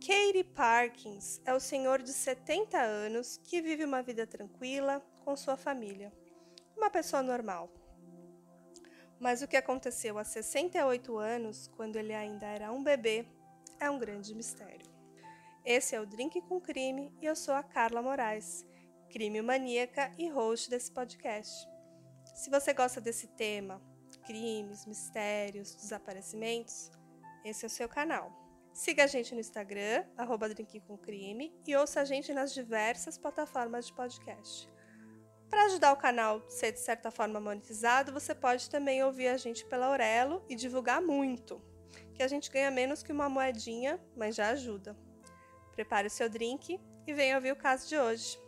Katie Parkins é o senhor de 70 anos que vive uma vida tranquila com sua família. Uma pessoa normal. Mas o que aconteceu há 68 anos, quando ele ainda era um bebê, é um grande mistério. Esse é o Drink com Crime e eu sou a Carla Moraes, crime maníaca e host desse podcast. Se você gosta desse tema, crimes, mistérios, desaparecimentos, esse é o seu canal. Siga a gente no Instagram, @drinkcomcrime, e ouça a gente nas diversas plataformas de podcast. Para ajudar o canal a ser de certa forma monetizado, você pode também ouvir a gente pela Aurelo e divulgar muito, que a gente ganha menos que uma moedinha, mas já ajuda. Prepare o seu drink e venha ouvir o caso de hoje.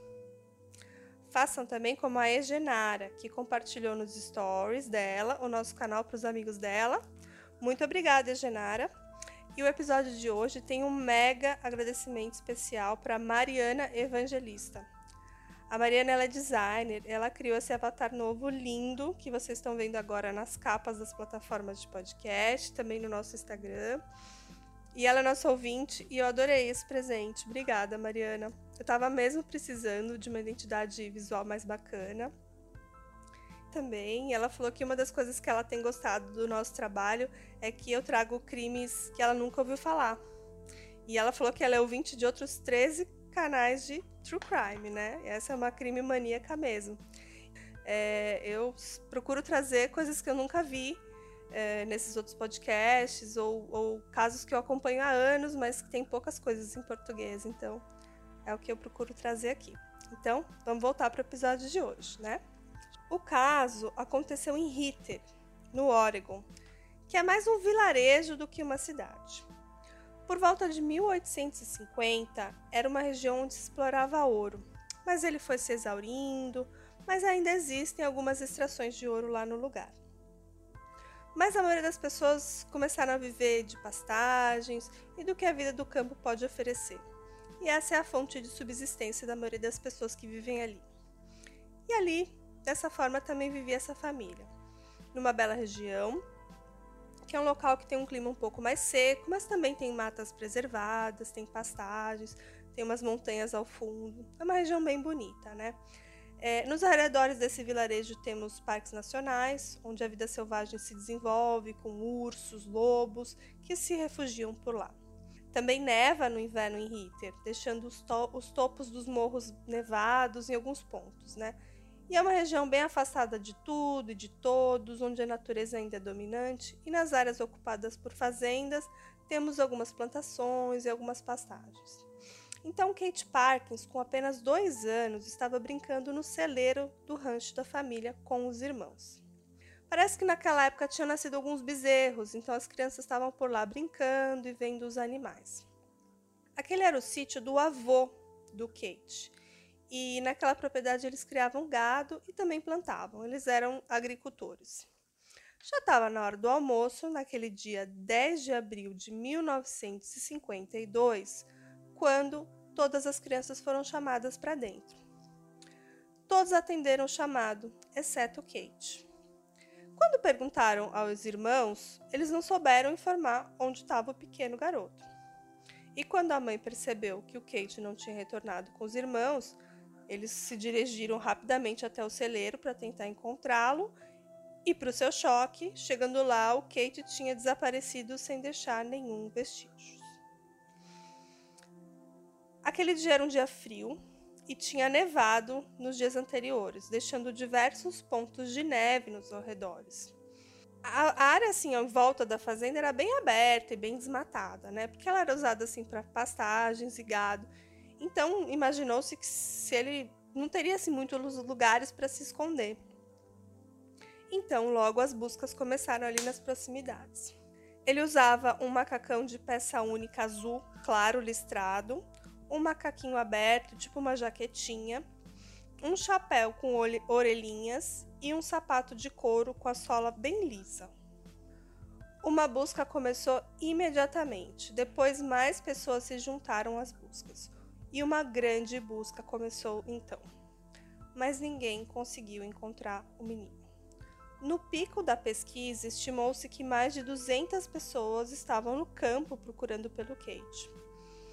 Façam também como a Egenara, que compartilhou nos stories dela, o nosso canal para os amigos dela. Muito obrigada, Egenara. E o episódio de hoje tem um mega agradecimento especial para Mariana Evangelista. A Mariana ela é designer, ela criou esse avatar novo lindo que vocês estão vendo agora nas capas das plataformas de podcast, também no nosso Instagram. E ela é nossa ouvinte e eu adorei esse presente. Obrigada, Mariana. Eu estava mesmo precisando de uma identidade visual mais bacana. Também, ela falou que uma das coisas que ela tem gostado do nosso trabalho é que eu trago crimes que ela nunca ouviu falar. E ela falou que ela é ouvinte de outros 13 canais de True Crime, né? Essa é uma crime maníaca mesmo. Eu procuro trazer coisas que eu nunca vi nesses outros podcasts ou casos que eu acompanho há anos, mas que tem poucas coisas em português, então é o que eu procuro trazer aqui. Então, vamos voltar para o episódio de hoje, né? O caso aconteceu em Ritter, no Oregon, que é mais um vilarejo do que uma cidade. Por volta de 1850, era uma região onde se explorava ouro, mas ele foi se exaurindo, mas ainda existem algumas extrações de ouro lá no lugar. Mas a maioria das pessoas começaram a viver de pastagens e do que a vida do campo pode oferecer. E essa é a fonte de subsistência da maioria das pessoas que vivem ali. E ali, dessa forma, também vivia essa família. Numa bela região, que é um local que tem um clima um pouco mais seco, mas também tem matas preservadas, tem pastagens, tem umas montanhas ao fundo. É uma região bem bonita, né? Nos arredores desse vilarejo temos parques nacionais, onde a vida selvagem se desenvolve, com ursos, lobos, que se refugiam por lá. Também neva no inverno em Ritter, deixando os topos dos morros nevados em alguns pontos, né? E é uma região bem afastada de tudo e de todos, onde a natureza ainda é dominante, e nas áreas ocupadas por fazendas temos algumas plantações e algumas pastagens. Então, Katie Parkins, com apenas 2 anos, estava brincando no celeiro do rancho da família com os irmãos. Parece que naquela época tinham nascido alguns bezerros, então as crianças estavam por lá brincando e vendo os animais. Aquele era o sítio do avô do Kate, e naquela propriedade eles criavam gado e também plantavam, eles eram agricultores. Já estava na hora do almoço, naquele dia 10 de abril de 1952, quando todas as crianças foram chamadas para dentro. Todos atenderam o chamado, exceto Kate. Quando perguntaram aos irmãos, eles não souberam informar onde estava o pequeno garoto. E quando a mãe percebeu que o Kate não tinha retornado com os irmãos, eles se dirigiram rapidamente até o celeiro para tentar encontrá-lo e, para o seu choque, chegando lá, o Kate tinha desaparecido sem deixar nenhum vestígio. Aquele dia era um dia frio e tinha nevado nos dias anteriores, deixando diversos pontos de neve nos arredores. A área assim em volta da fazenda era bem aberta e bem desmatada, né? Porque ela era usada assim para pastagens e gado. Então imaginou-se que se ele não teria assim muitos lugares para se esconder. Então logo as buscas começaram ali nas proximidades. Ele usava um macacão de peça única azul claro listrado, um macaquinho aberto, tipo uma jaquetinha, um chapéu com orelhinhas e um sapato de couro com a sola bem lisa. Uma busca começou imediatamente, depois mais pessoas se juntaram às buscas, e uma grande busca começou então. Mas ninguém conseguiu encontrar o menino. No pico da pesquisa, estimou-se que mais de 200 pessoas estavam no campo procurando pelo Kate.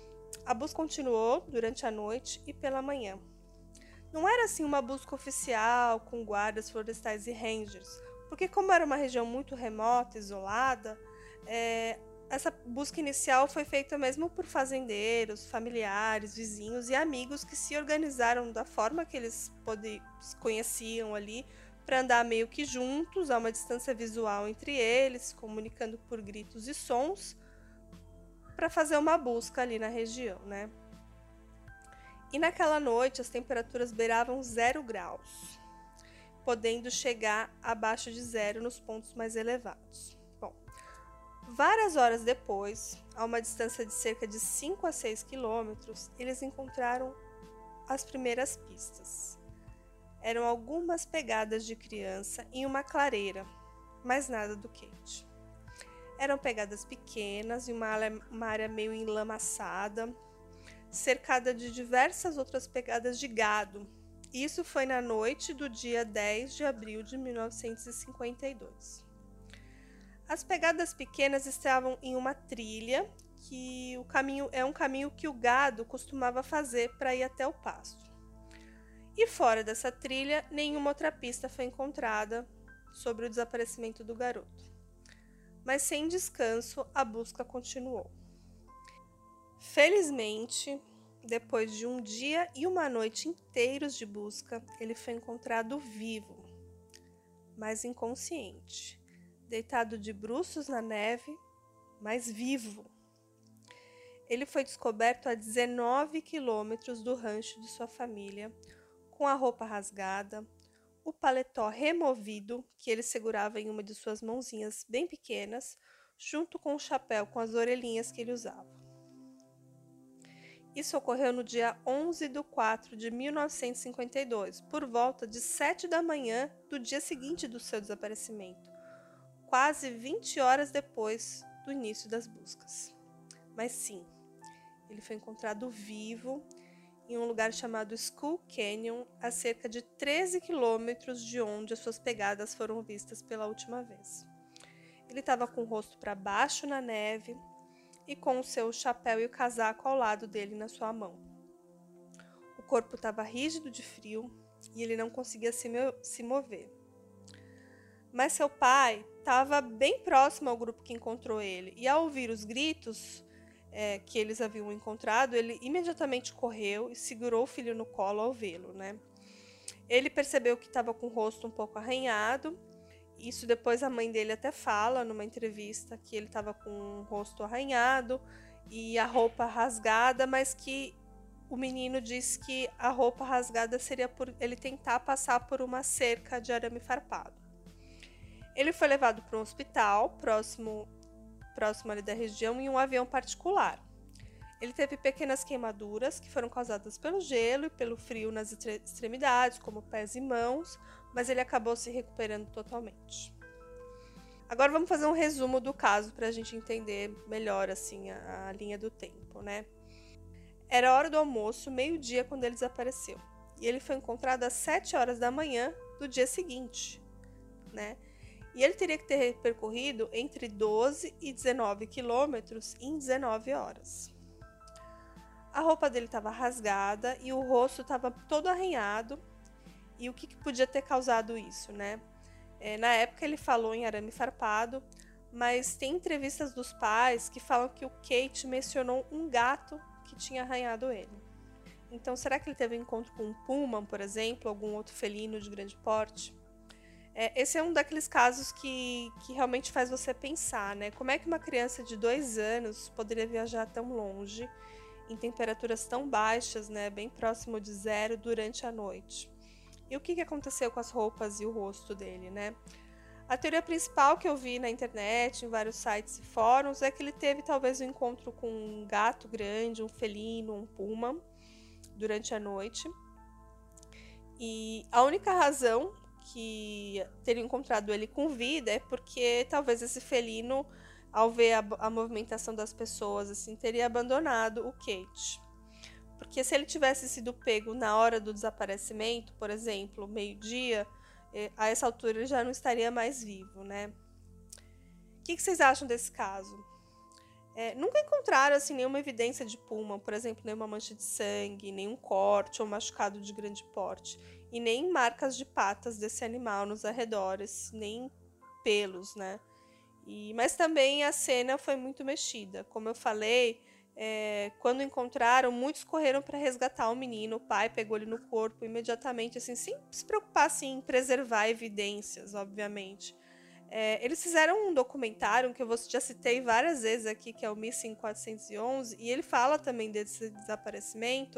A busca continuou durante a noite e pela manhã. Não era assim uma busca oficial com guardas florestais e rangers, porque como era uma região muito remota, isolada, essa busca inicial foi feita mesmo por fazendeiros, familiares, vizinhos e amigos que se organizaram da forma que eles conheciam ali, para andar meio que juntos, a uma distância visual entre eles, comunicando por gritos e sons, para fazer uma busca ali na região, né? E naquela noite as temperaturas beiravam 0 graus, podendo chegar abaixo de zero nos pontos mais elevados. Bom, várias horas depois, a uma distância de cerca de 5 a 6 quilômetros, eles encontraram as primeiras pistas. Eram algumas pegadas de criança em uma clareira, mas nada do Kate. Eram pegadas pequenas em uma área meio enlamaçada, cercada de diversas outras pegadas de gado. Isso foi na noite do dia 10 de abril de 1952. As pegadas pequenas estavam em uma trilha, que é um caminho que o gado costumava fazer para ir até o pasto. E fora dessa trilha, nenhuma outra pista foi encontrada sobre o desaparecimento do garoto. Mas sem descanso, a busca continuou. Felizmente, depois de um dia e uma noite inteiros de busca, ele foi encontrado vivo, mas inconsciente, deitado de bruços na neve, mas vivo. Ele foi descoberto a 19 quilômetros do rancho de sua família, com a roupa rasgada, o paletó removido, que ele segurava em uma de suas mãozinhas bem pequenas, junto com o chapéu com as orelhinhas que ele usava. Isso ocorreu no dia 11 de 4 de 1952, por volta de 7 da manhã do dia seguinte do seu desaparecimento, quase 20 horas depois do início das buscas. Mas sim, ele foi encontrado vivo em um lugar chamado Skull Canyon, a cerca de 13 quilômetros de onde as suas pegadas foram vistas pela última vez. Ele estava com o rosto para baixo na neve e com o seu chapéu e o casaco ao lado dele na sua mão. O corpo estava rígido de frio e ele não conseguia se mover. Mas seu pai estava bem próximo ao grupo que encontrou ele, e ao ouvir os gritos que eles haviam encontrado, ele imediatamente correu e segurou o filho no colo ao vê-lo, né? Ele percebeu que estava com o rosto um pouco arranhado. Isso depois a mãe dele até fala numa entrevista que ele estava com o rosto arranhado e a roupa rasgada, mas que o menino disse que a roupa rasgada seria por ele tentar passar por uma cerca de arame farpado. Ele foi levado para um hospital próximo ali da região em um avião particular. Ele teve pequenas queimaduras que foram causadas pelo gelo e pelo frio nas extremidades, como pés e mãos, mas ele acabou se recuperando totalmente. Agora vamos fazer um resumo do caso para a gente entender melhor assim a linha do tempo, né? Era hora do almoço, meio-dia, quando ele desapareceu. E ele foi encontrado às 7 horas da manhã do dia seguinte, né? E ele teria que ter percorrido entre 12 e 19 quilômetros em 19 horas. A roupa dele estava rasgada e o rosto estava todo arranhado. E o que podia ter causado isso, né? Na época ele falou em arame farpado, mas tem entrevistas dos pais que falam que o Kate mencionou um gato que tinha arranhado ele. Então, será que ele teve um encontro com um puma, por exemplo, algum outro felino de grande porte? Esse é um daqueles casos que realmente faz você pensar, né? Como é que uma criança de 2 anos poderia viajar tão longe, em temperaturas tão baixas, né? Bem próximo de zero, durante a noite? E o que aconteceu com as roupas e o rosto dele, né? A teoria principal que eu vi na internet, em vários sites e fóruns, é que ele teve talvez um encontro com um gato grande, um felino, um puma, durante a noite. E a única razão que teria encontrado ele com vida é porque talvez esse felino, ao ver a movimentação das pessoas, assim, teria abandonado o Kate. Porque se ele tivesse sido pego na hora do desaparecimento, por exemplo, meio-dia, a essa altura ele já não estaria mais vivo, né? O que vocês acham desse caso? Nunca encontraram assim, nenhuma evidência de pulmão, por exemplo, nenhuma mancha de sangue, nenhum corte ou machucado de grande porte, e nem marcas de patas desse animal nos arredores, nem pelos, né? Mas também a cena foi muito mexida. Como eu falei, quando encontraram, muitos correram para resgatar o menino. O pai pegou ele no corpo imediatamente, assim, sem se preocupar assim, em preservar evidências, obviamente. Eles fizeram um documentário que eu já citei várias vezes aqui, que é o Missing 411, e ele fala também desse desaparecimento.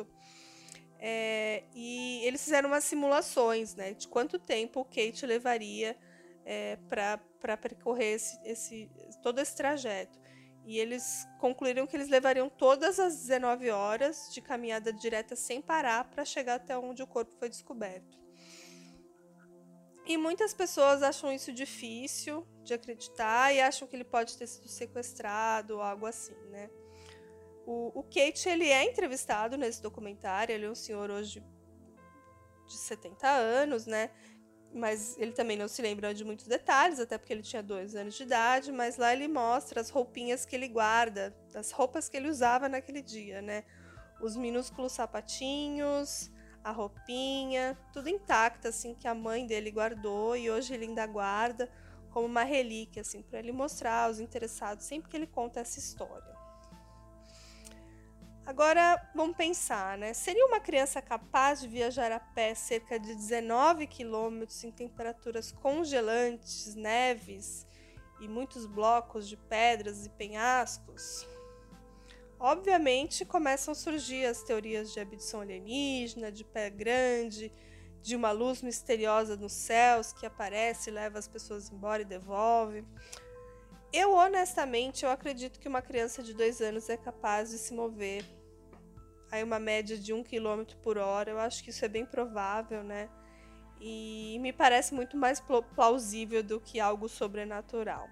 E eles fizeram umas simulações, né, de quanto tempo o Kate levaria para percorrer todo esse trajeto. E eles concluíram que eles levariam todas as 19 horas de caminhada direta sem parar para chegar até onde o corpo foi descoberto. E muitas pessoas acham isso difícil de acreditar e acham que ele pode ter sido sequestrado ou algo assim, né? O Kate, ele é entrevistado nesse documentário, ele é um senhor hoje de 70 anos, né? Mas ele também não se lembra de muitos detalhes, até porque ele tinha 2 anos de idade, mas lá ele mostra as roupinhas que ele guarda, as roupas que ele usava naquele dia, né? Os minúsculos sapatinhos, a roupinha, tudo intacto, assim, que a mãe dele guardou e hoje ele ainda guarda como uma relíquia, assim, para ele mostrar aos interessados sempre que ele conta essa história. Agora, vamos pensar, né? Seria uma criança capaz de viajar a pé cerca de 19 quilômetros em temperaturas congelantes, neves e muitos blocos de pedras e penhascos? Obviamente, começam a surgir as teorias de abdução alienígena, de pé grande, de uma luz misteriosa nos céus que aparece, leva as pessoas embora e devolve. Honestamente, eu acredito que uma criança de 2 anos é capaz de se mover aí uma média de 1 km por hora. Eu acho que isso é bem provável, né? E me parece muito mais plausível do que algo sobrenatural.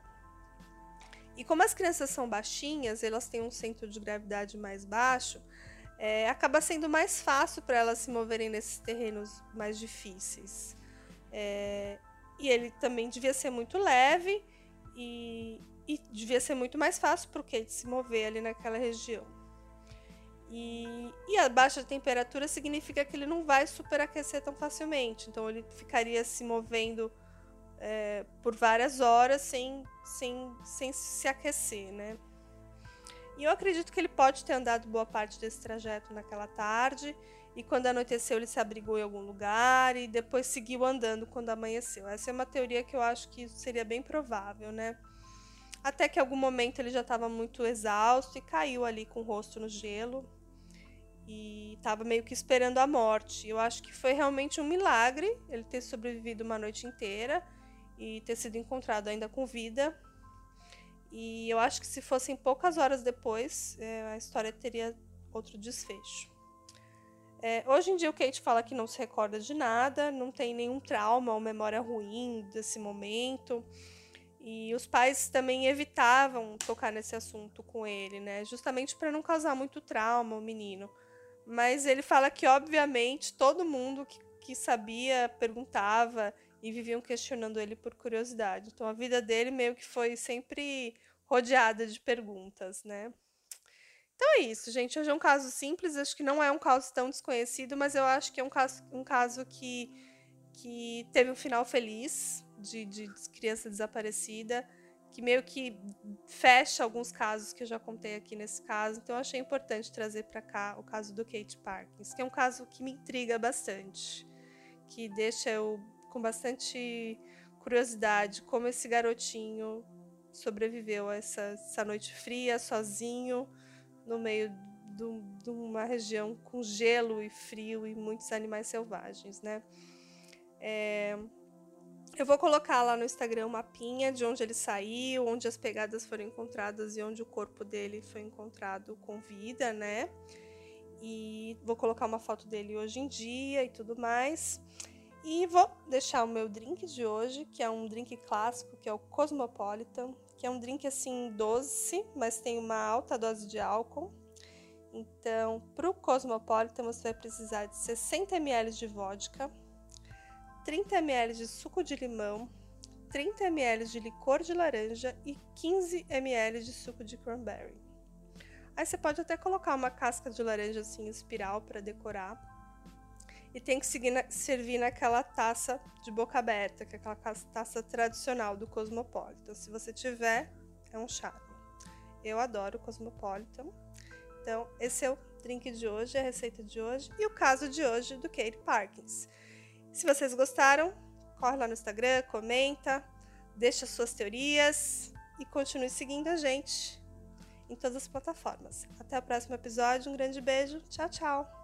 E como as crianças são baixinhas, elas têm um centro de gravidade mais baixo, acaba sendo mais fácil para elas se moverem nesses terrenos mais difíceis. E ele também devia ser muito leve e devia ser muito mais fácil para o Kate se mover ali naquela região. E a baixa temperatura significa que ele não vai superaquecer tão facilmente, então ele ficaria se movendo por várias horas sem se aquecer, né? E eu acredito que ele pode ter andado boa parte desse trajeto naquela tarde, e quando anoiteceu ele se abrigou em algum lugar e depois seguiu andando quando amanheceu. Essa é uma teoria que eu acho que seria bem provável, né? Até que em algum momento ele já estava muito exausto e caiu ali com o rosto no gelo e estava meio que esperando a morte. Eu acho que foi realmente um milagre ele ter sobrevivido uma noite inteira e ter sido encontrado ainda com vida. E eu acho que se fossem poucas horas depois, a história teria outro desfecho. Hoje em dia o Kate fala que não se recorda de nada, não tem nenhum trauma ou memória ruim desse momento. E os pais também evitavam tocar nesse assunto com ele, né? Justamente para não causar muito trauma ao menino. Mas ele fala que, obviamente, todo mundo que sabia perguntava e viviam questionando ele por curiosidade. Então a vida dele meio que foi sempre rodeada de perguntas, né? Então é isso, gente. Hoje é um caso simples, acho que não é um caso tão desconhecido, mas eu acho que é um caso que teve um final feliz de criança desaparecida, que meio que fecha alguns casos que eu já contei aqui nesse caso. Então eu achei importante trazer para cá o caso do Kate Parkins, que é um caso que me intriga bastante, que deixa eu com bastante curiosidade como esse garotinho sobreviveu a essa noite fria, sozinho, no meio de uma região com gelo e frio e muitos animais selvagens, né? Eu vou colocar lá no Instagram um mapinha de onde ele saiu, onde as pegadas foram encontradas e onde o corpo dele foi encontrado com vida, né? E vou colocar uma foto dele hoje em dia e tudo mais. E vou deixar o meu drink de hoje, que é um drink clássico, que é o Cosmopolitan, que é um drink assim doce, mas tem uma alta dose de álcool. Então, para o Cosmopolitan, você vai precisar de 60 ml de vodka, 30 ml de suco de limão, 30 ml de licor de laranja e 15 ml de suco de cranberry. Aí você pode até colocar uma casca de laranja assim, espiral, para decorar. E tem que servir naquela taça de boca aberta, que é aquela taça tradicional do Cosmopolitan. Se você tiver, é um charme. Eu adoro o Cosmopolitan. Então, esse é o drink de hoje, a receita de hoje e o caso de hoje do Kate Parkins. Se vocês gostaram, corre lá no Instagram, comenta, deixa suas teorias e continue seguindo a gente em todas as plataformas. Até o próximo episódio, um grande beijo, tchau, tchau!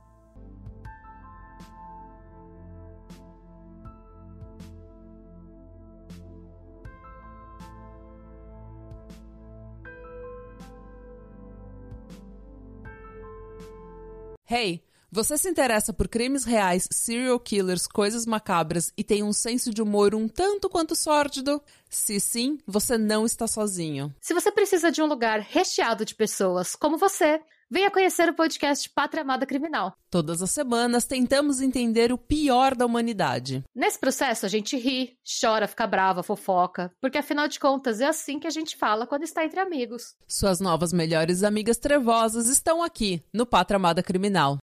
Hey, você se interessa por crimes reais, serial killers, coisas macabras e tem um senso de humor um tanto quanto sórdido? Se sim, você não está sozinho. Se você precisa de um lugar recheado de pessoas como você, venha conhecer o podcast Pátria Amada Criminal. Todas as semanas tentamos entender o pior da humanidade. Nesse processo a gente ri, chora, fica brava, fofoca, porque afinal de contas é assim que a gente fala quando está entre amigos. Suas novas melhores amigas trevosas estão aqui, no Pátria Amada Criminal.